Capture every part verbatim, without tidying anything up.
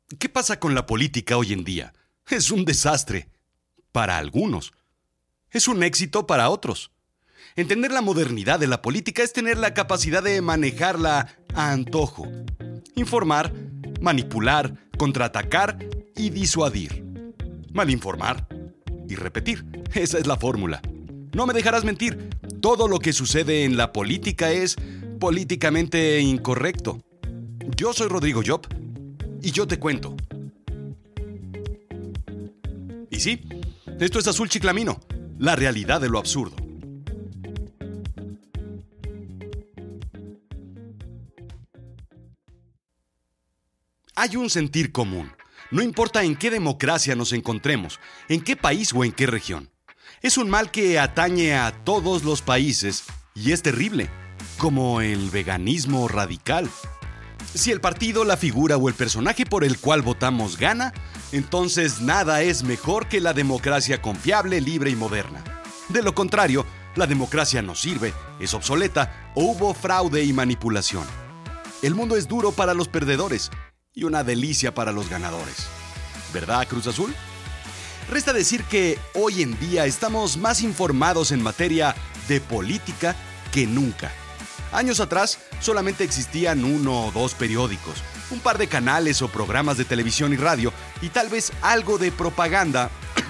¿Qué pasa con la política hoy en día? Es un desastre. Para algunos. Es un éxito para otros. Entender la modernidad de la política es tener la capacidad de manejarla a antojo. Informar, manipular, contraatacar y disuadir. Malinformar y repetir. Esa es la fórmula. No me dejarás mentir. Todo lo que sucede en la política es políticamente incorrecto. Yo soy Rodrigo Job y yo te cuento. Y sí, esto es Azul Chiclamino, la realidad de lo absurdo. Hay un sentir común. No importa en qué democracia nos encontremos, en qué país o en qué región. Es un mal que atañe a todos los países y es terrible, como el veganismo radical. Si el partido, la figura o el personaje por el cual votamos gana, entonces nada es mejor que la democracia confiable, libre y moderna. De lo contrario, la democracia no sirve, es obsoleta o hubo fraude y manipulación. El mundo es duro para los perdedores y una delicia para los ganadores. ¿Verdad, Cruz Azul? Resta decir que hoy en día estamos más informados en materia de política que nunca. Años atrás solamente existían uno o dos periódicos, un par de canales o programas de televisión y radio y tal vez algo de propaganda,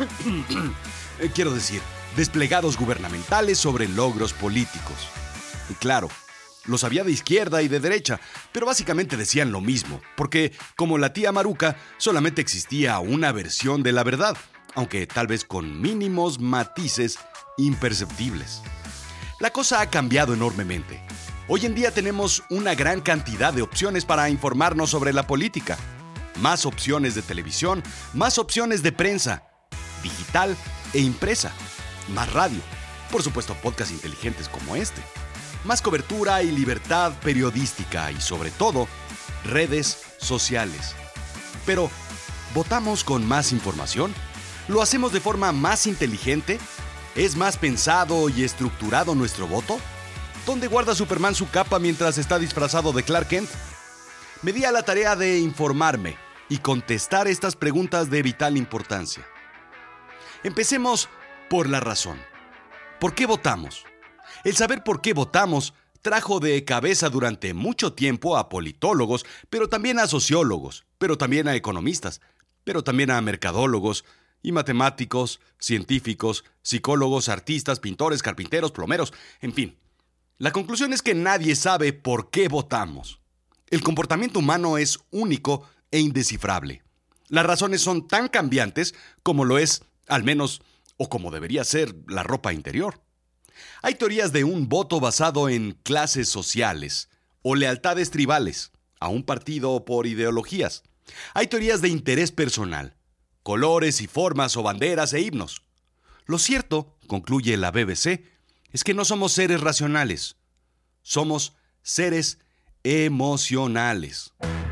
quiero decir, desplegados gubernamentales sobre logros políticos. Y claro, los había de izquierda y de derecha, pero básicamente decían lo mismo, porque, como la tía Maruca, solamente existía una versión de la verdad, aunque tal vez con mínimos matices imperceptibles. La cosa ha cambiado enormemente. Hoy en día tenemos una gran cantidad de opciones para informarnos sobre la política. Más opciones de televisión, más opciones de prensa, digital e impresa, más radio, por supuesto podcasts inteligentes como este. Más cobertura y libertad periodística y, sobre todo, redes sociales. Pero, ¿votamos con más información? ¿Lo hacemos de forma más inteligente? ¿Es más pensado y estructurado nuestro voto? ¿Dónde guarda Superman su capa mientras está disfrazado de Clark Kent? Me di a la tarea de informarme y contestar estas preguntas de vital importancia. Empecemos por la razón. ¿Por qué votamos? El saber por qué votamos trajo de cabeza durante mucho tiempo a politólogos, pero también a sociólogos, pero también a economistas, pero también a mercadólogos y matemáticos, científicos, psicólogos, artistas, pintores, carpinteros, plomeros, en fin. La conclusión es que nadie sabe por qué votamos. El comportamiento humano es único e indescifrable. Las razones son tan cambiantes como lo es, al menos, o como debería ser, la ropa interior. Hay teorías de un voto basado en clases sociales o lealtades tribales a un partido por ideologías. Hay teorías de interés personal, colores y formas o banderas e himnos. Lo cierto, concluye la B B C, es que no somos seres racionales. Somos seres emocionales.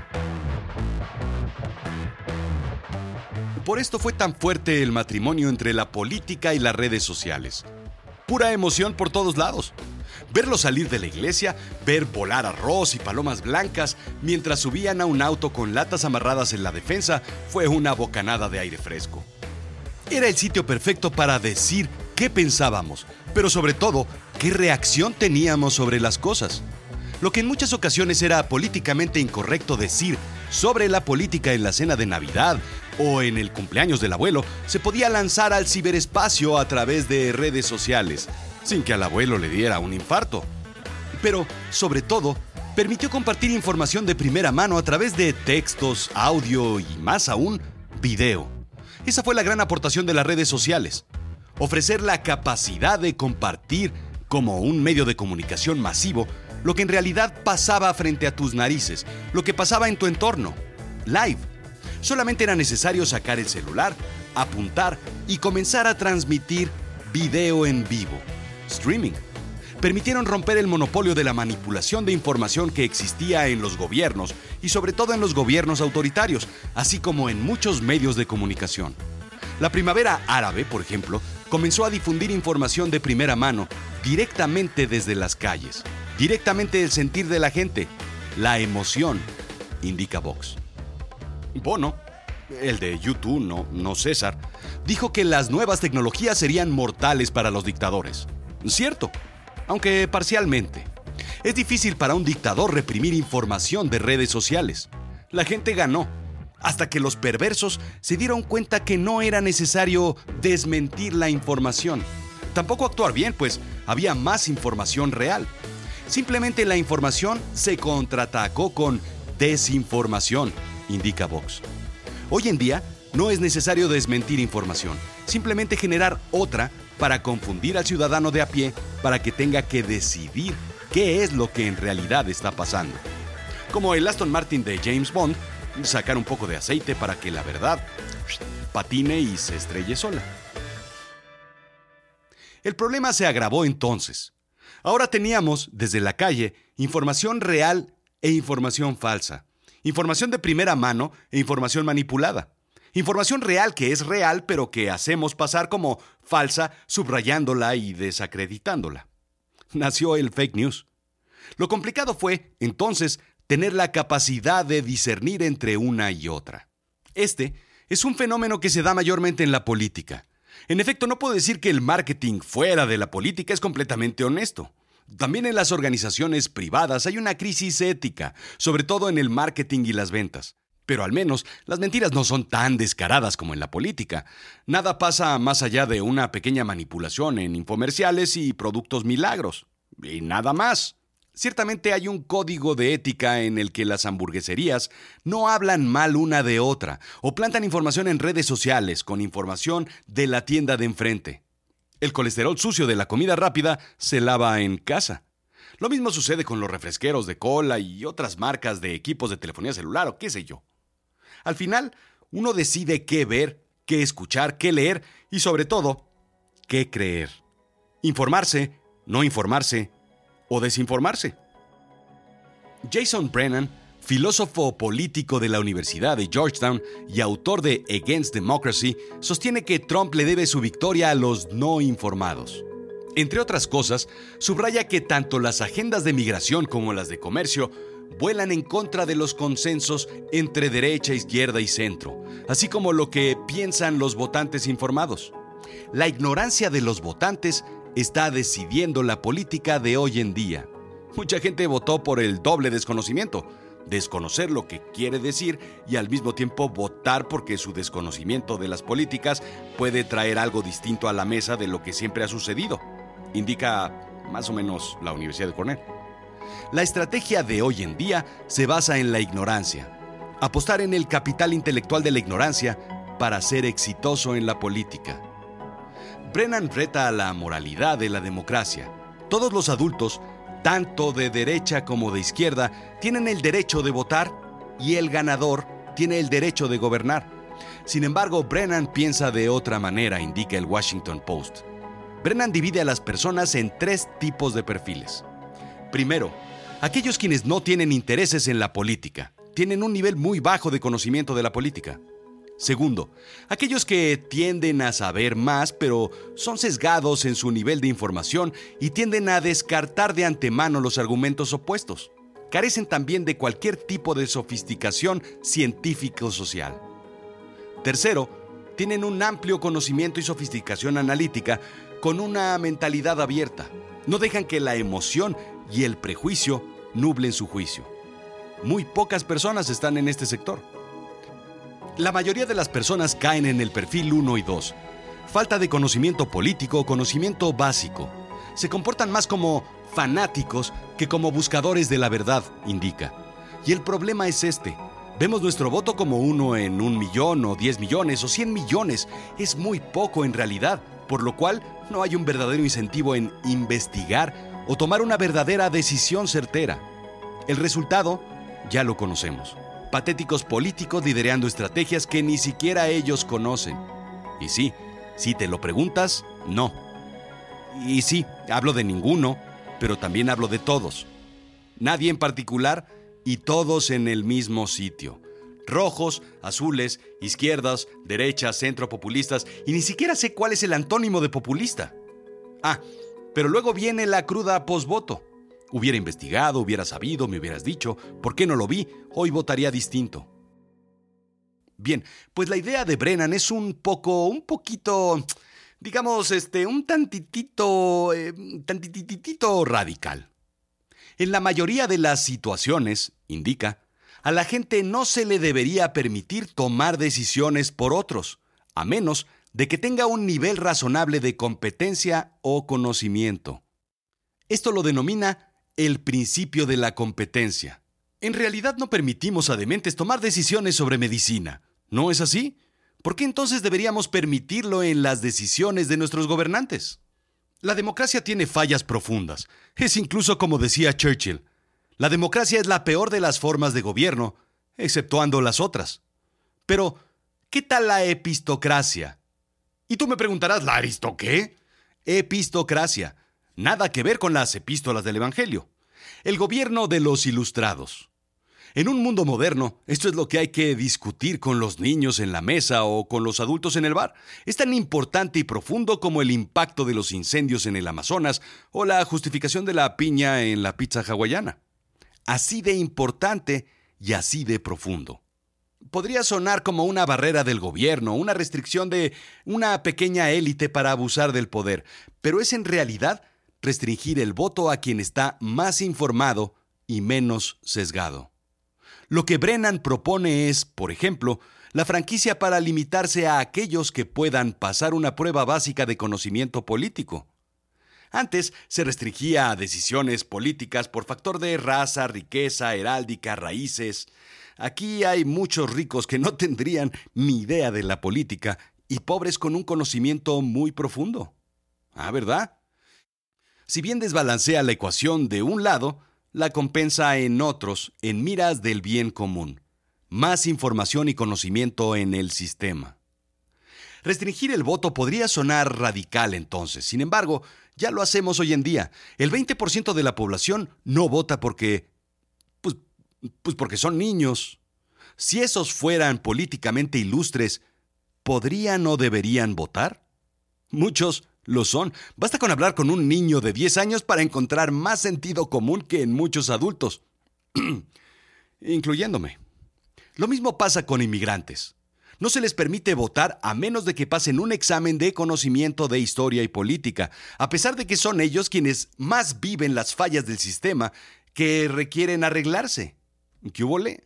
Por esto fue tan fuerte el matrimonio entre la política y las redes sociales. Pura emoción por todos lados. Verlo salir de la iglesia, ver volar arroz y palomas blancas mientras subían a un auto con latas amarradas en la defensa fue una bocanada de aire fresco. Era el sitio perfecto para decir qué pensábamos, pero sobre todo, qué reacción teníamos sobre las cosas. Lo que en muchas ocasiones era políticamente incorrecto decir sobre la política en la cena de Navidad o en el cumpleaños del abuelo, se podía lanzar al ciberespacio a través de redes sociales, sin que al abuelo le diera un infarto. Pero, sobre todo, permitió compartir información de primera mano a través de textos, audio y, más aún, video. Esa fue la gran aportación de las redes sociales. Ofrecer la capacidad de compartir, como un medio de comunicación masivo, lo que en realidad pasaba frente a tus narices, lo que pasaba en tu entorno, live. Solamente era necesario sacar el celular, apuntar y comenzar a transmitir video en vivo, streaming. Permitieron romper el monopolio de la manipulación de información que existía en los gobiernos y sobre todo en los gobiernos autoritarios, así como en muchos medios de comunicación. La primavera árabe, por ejemplo, comenzó a difundir información de primera mano, directamente desde las calles, directamente del sentir de la gente, la emoción, indica Vox. Bono, el de U dos, no, no César, dijo que las nuevas tecnologías serían mortales para los dictadores. Cierto, aunque parcialmente. Es difícil para un dictador reprimir información de redes sociales. La gente ganó, hasta que los perversos se dieron cuenta que no era necesario desmentir la información. Tampoco actuar bien, pues había más información real. Simplemente la información se contraatacó con desinformación, indica Vox. Hoy en día no es necesario desmentir información, simplemente generar otra para confundir al ciudadano de a pie para que tenga que decidir qué es lo que en realidad está pasando. Como el Aston Martin de James Bond, sacar un poco de aceite para que la verdad patine y se estrelle sola. El problema se agravó entonces. Ahora teníamos, desde la calle, información real e información falsa. Información de primera mano e información manipulada. Información real que es real, pero que hacemos pasar como falsa, subrayándola y desacreditándola. Nació el fake news. Lo complicado fue, entonces, tener la capacidad de discernir entre una y otra. Este es un fenómeno que se da mayormente en la política. En efecto, no puedo decir que el marketing fuera de la política es completamente honesto. También en las organizaciones privadas hay una crisis ética, sobre todo en el marketing y las ventas. Pero al menos las mentiras no son tan descaradas como en la política. Nada pasa más allá de una pequeña manipulación en infomerciales y productos milagros. Y nada más. Ciertamente hay un código de ética en el que las hamburgueserías no hablan mal una de otra o plantan información en redes sociales con información de la tienda de enfrente. El colesterol sucio de la comida rápida se lava en casa. Lo mismo sucede con los refresqueros de cola y otras marcas de equipos de telefonía celular o qué sé yo. Al final, uno decide qué ver, qué escuchar, qué leer y sobre todo, qué creer. Informarse, no informarse o desinformarse. Jason Brennan, filósofo político de la Universidad de Georgetown y autor de Against Democracy, sostiene que Trump le debe su victoria a los no informados. Entre otras cosas, subraya que tanto las agendas de migración como las de comercio vuelan en contra de los consensos entre derecha, izquierda y centro, así como lo que piensan los votantes informados. La ignorancia de los votantes está decidiendo la política de hoy en día. Mucha gente votó por el doble desconocimiento, desconocer lo que quiere decir y al mismo tiempo votar porque su desconocimiento de las políticas puede traer algo distinto a la mesa de lo que siempre ha sucedido, indica más o menos la Universidad de Cornell. La estrategia de hoy en día se basa en la ignorancia, apostar en el capital intelectual de la ignorancia para ser exitoso en la política. Brennan reta a la moralidad de la democracia. Todos los adultos, tanto de derecha como de izquierda, tienen el derecho de votar y el ganador tiene el derecho de gobernar. Sin embargo, Brennan piensa de otra manera, indica el Washington Post. Brennan divide a las personas en tres tipos de perfiles. Primero, aquellos quienes no tienen intereses en la política, tienen un nivel muy bajo de conocimiento de la política. Segundo, aquellos que tienden a saber más, pero son sesgados en su nivel de información y tienden a descartar de antemano los argumentos opuestos. Carecen también de cualquier tipo de sofisticación científico-social. Tercero, tienen un amplio conocimiento y sofisticación analítica con una mentalidad abierta. No dejan que la emoción y el prejuicio nublen su juicio. Muy pocas personas están en este sector. La mayoría de las personas caen en el perfil uno y dos. Falta de conocimiento político o conocimiento básico. Se comportan más como fanáticos que como buscadores de la verdad, indica. Y el problema es este. Vemos nuestro voto como uno en un millón o diez millones o cien millones. Es muy poco en realidad, por lo cual no hay un verdadero incentivo en investigar o tomar una verdadera decisión certera. El resultado ya lo conocemos. Patéticos políticos liderando estrategias que ni siquiera ellos conocen. Y sí, si te lo preguntas, no. Y sí, hablo de ninguno, pero también hablo de todos. Nadie en particular y todos en el mismo sitio. Rojos, azules, izquierdas, derechas, centro, populistas, y ni siquiera sé cuál es el antónimo de populista. Ah, pero luego viene la cruda posvoto. Hubiera investigado, hubiera sabido, me hubieras dicho, ¿por qué no lo vi? Hoy votaría distinto. Bien, pues la idea de Brennan es un poco, un poquito, digamos, este, un tantitito, eh, tantititito radical. En la mayoría de las situaciones, indica, a la gente no se le debería permitir tomar decisiones por otros, a menos de que tenga un nivel razonable de competencia o conocimiento. Esto lo denomina el principio de la competencia. En realidad no permitimos a dementes tomar decisiones sobre medicina. ¿No es así? ¿Por qué entonces deberíamos permitirlo en las decisiones de nuestros gobernantes? La democracia tiene fallas profundas. Es incluso como decía Churchill, la democracia es la peor de las formas de gobierno, exceptuando las otras. Pero, ¿qué tal la epistocracia? Y tú me preguntarás, ¿la aristo qué? Epistocracia. Nada que ver con las epístolas del Evangelio. El gobierno de los ilustrados. En un mundo moderno, esto es lo que hay que discutir con los niños en la mesa o con los adultos en el bar. Es tan importante y profundo como el impacto de los incendios en el Amazonas o la justificación de la piña en la pizza hawaiana. Así de importante y así de profundo. Podría sonar como una barrera del gobierno, una restricción de una pequeña élite para abusar del poder, pero es en realidad restringir el voto a quien está más informado y menos sesgado. Lo que Brennan propone es, por ejemplo, la franquicia para limitarse a aquellos que puedan pasar una prueba básica de conocimiento político. Antes se restringía a decisiones políticas por factor de raza, riqueza, heráldica, raíces. Aquí hay muchos ricos que no tendrían ni idea de la política y pobres con un conocimiento muy profundo. Ah, ¿verdad? Si bien desbalancea la ecuación de un lado, la compensa en otros en miras del bien común. Más información y conocimiento en el sistema. Restringir el voto podría sonar radical entonces. Sin embargo, ya lo hacemos hoy en día. El veinte por ciento de la población no vota porque... Pues, pues porque son niños. Si esos fueran políticamente ilustres, ¿podrían o deberían votar? Muchos lo son. Basta con hablar con un niño de diez años para encontrar más sentido común que en muchos adultos, incluyéndome. Lo mismo pasa con inmigrantes. No se les permite votar a menos de que pasen un examen de conocimiento de historia y política, a pesar de que son ellos quienes más viven las fallas del sistema que requieren arreglarse. ¿Qué hubole?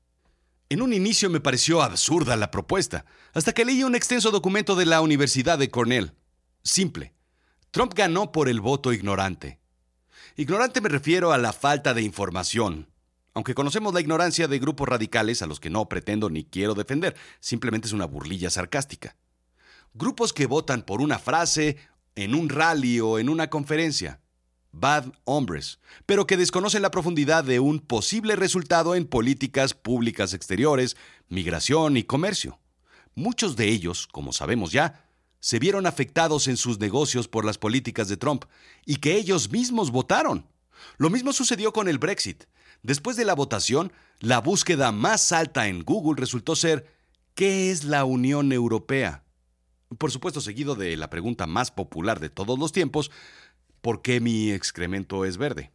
En un inicio me pareció absurda la propuesta, hasta que leí un extenso documento de la Universidad de Cornell. Simple. Trump ganó por el voto ignorante. Ignorante me refiero a la falta de información. Aunque conocemos la ignorancia de grupos radicales a los que no pretendo ni quiero defender, simplemente es una burlilla sarcástica. Grupos que votan por una frase en un rally o en una conferencia. Bad hombres, pero que desconocen la profundidad de un posible resultado en políticas públicas exteriores, migración y comercio. Muchos de ellos, como sabemos ya, se vieron afectados en sus negocios por las políticas de Trump y que ellos mismos votaron. Lo mismo sucedió con el Brexit. Después de la votación, la búsqueda más alta en Google resultó ser ¿qué es la Unión Europea? Por supuesto, seguido de la pregunta más popular de todos los tiempos, ¿por qué mi excremento es verde?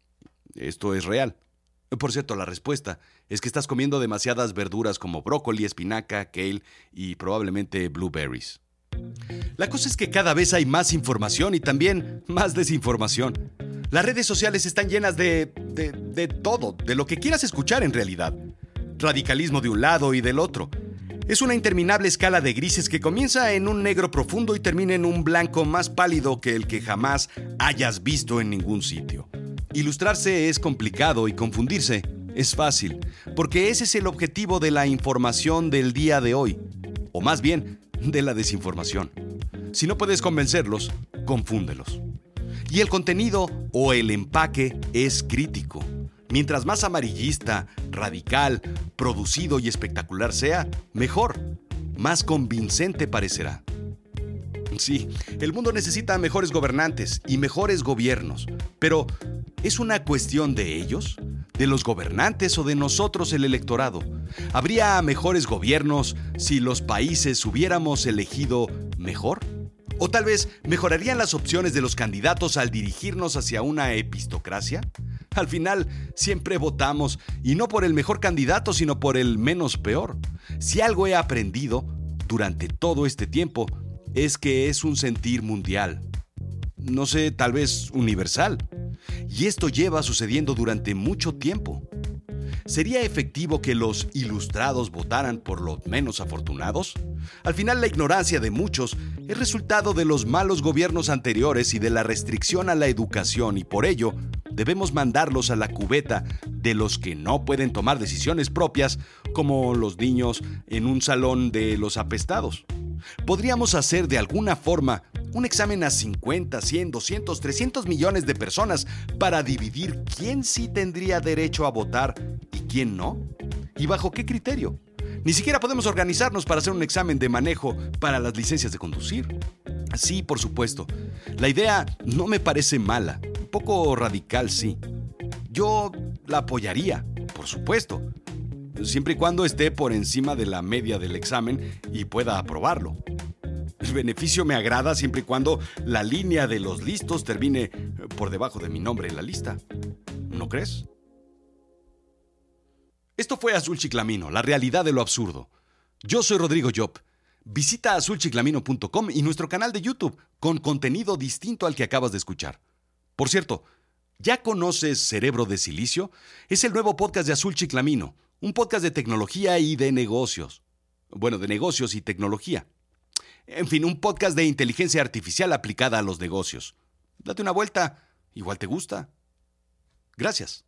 Esto es real. Por cierto, la respuesta es que estás comiendo demasiadas verduras como brócoli, espinaca, kale y probablemente blueberries. La cosa es que cada vez hay más información y también más desinformación. Las redes sociales están llenas de, de, de todo, de lo que quieras escuchar en realidad. Radicalismo de un lado y del otro. Es una interminable escala de grises que comienza en un negro profundo y termina en un blanco más pálido que el que jamás hayas visto en ningún sitio. Ilustrarse es complicado y confundirse es fácil, porque ese es el objetivo de la información del día de hoy, o más bien, de la desinformación. Si no puedes convencerlos, confúndelos. Y el contenido o el empaque es crítico. Mientras más amarillista, radical, producido y espectacular sea, mejor, más convincente parecerá. Sí, el mundo necesita mejores gobernantes y mejores gobiernos, pero ¿es una cuestión de ellos? ¿De los gobernantes o de nosotros el electorado? ¿Habría mejores gobiernos si los países hubiéramos elegido mejor? ¿O tal vez mejorarían las opciones de los candidatos al dirigirnos hacia una epistocracia? Al final, siempre votamos, y no por el mejor candidato, sino por el menos peor. Si algo he aprendido durante todo este tiempo, es que es un sentir mundial. No sé, tal vez universal. Y esto lleva sucediendo durante mucho tiempo. ¿Sería efectivo que los ilustrados votaran por los menos afortunados? Al final, la ignorancia de muchos es resultado de los malos gobiernos anteriores y de la restricción a la educación, y por ello debemos mandarlos a la cubeta de los que no pueden tomar decisiones propias, como los niños en un salón de los apestados. Podríamos hacer de alguna forma un examen a cincuenta, cien, doscientos, trescientos millones de personas para dividir quién sí tendría derecho a votar y quién no. ¿Y bajo qué criterio? Ni siquiera podemos organizarnos para hacer un examen de manejo para las licencias de conducir. Sí, por supuesto. La idea no me parece mala. Un poco radical, sí. Yo la apoyaría, por supuesto. Siempre y cuando esté por encima de la media del examen y pueda aprobarlo. El beneficio me agrada siempre y cuando la línea de los listos termine por debajo de mi nombre en la lista. ¿No crees? Esto fue Azul Chiclamino, la realidad de lo absurdo. Yo soy Rodrigo Job. Visita azul chiclamino punto com y nuestro canal de YouTube con contenido distinto al que acabas de escuchar. Por cierto, ¿ya conoces Cerebro de Silicio? Es el nuevo podcast de Azul Chiclamino, un podcast de tecnología y de negocios. Bueno, de negocios y tecnología. En fin, un podcast de inteligencia artificial aplicada a los negocios. Date una vuelta, igual te gusta. Gracias.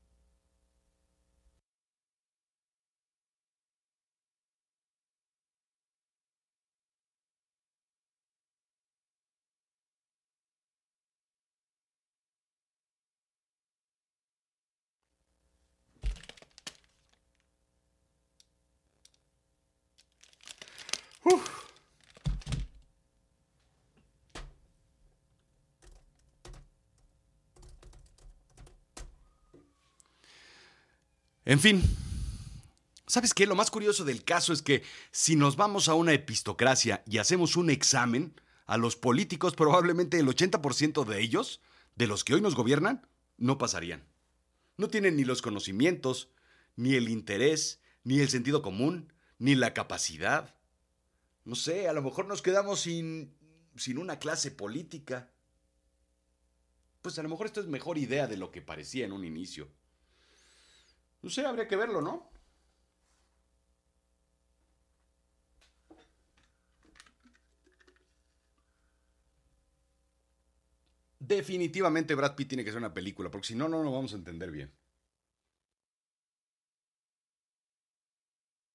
Uf. En fin, ¿sabes qué? Lo más curioso del caso es que si nos vamos a una epistocracia y hacemos un examen, a los políticos probablemente el ochenta por ciento de ellos, de los que hoy nos gobiernan, no pasarían. No tienen ni los conocimientos, ni el interés, ni el sentido común, ni la capacidad. No sé, a lo mejor nos quedamos sin, sin una clase política. Pues a lo mejor esto es mejor idea de lo que parecía en un inicio. No sé, habría que verlo, ¿no? Definitivamente Brad Pitt tiene que ser una película, porque si no, no lo vamos a entender bien.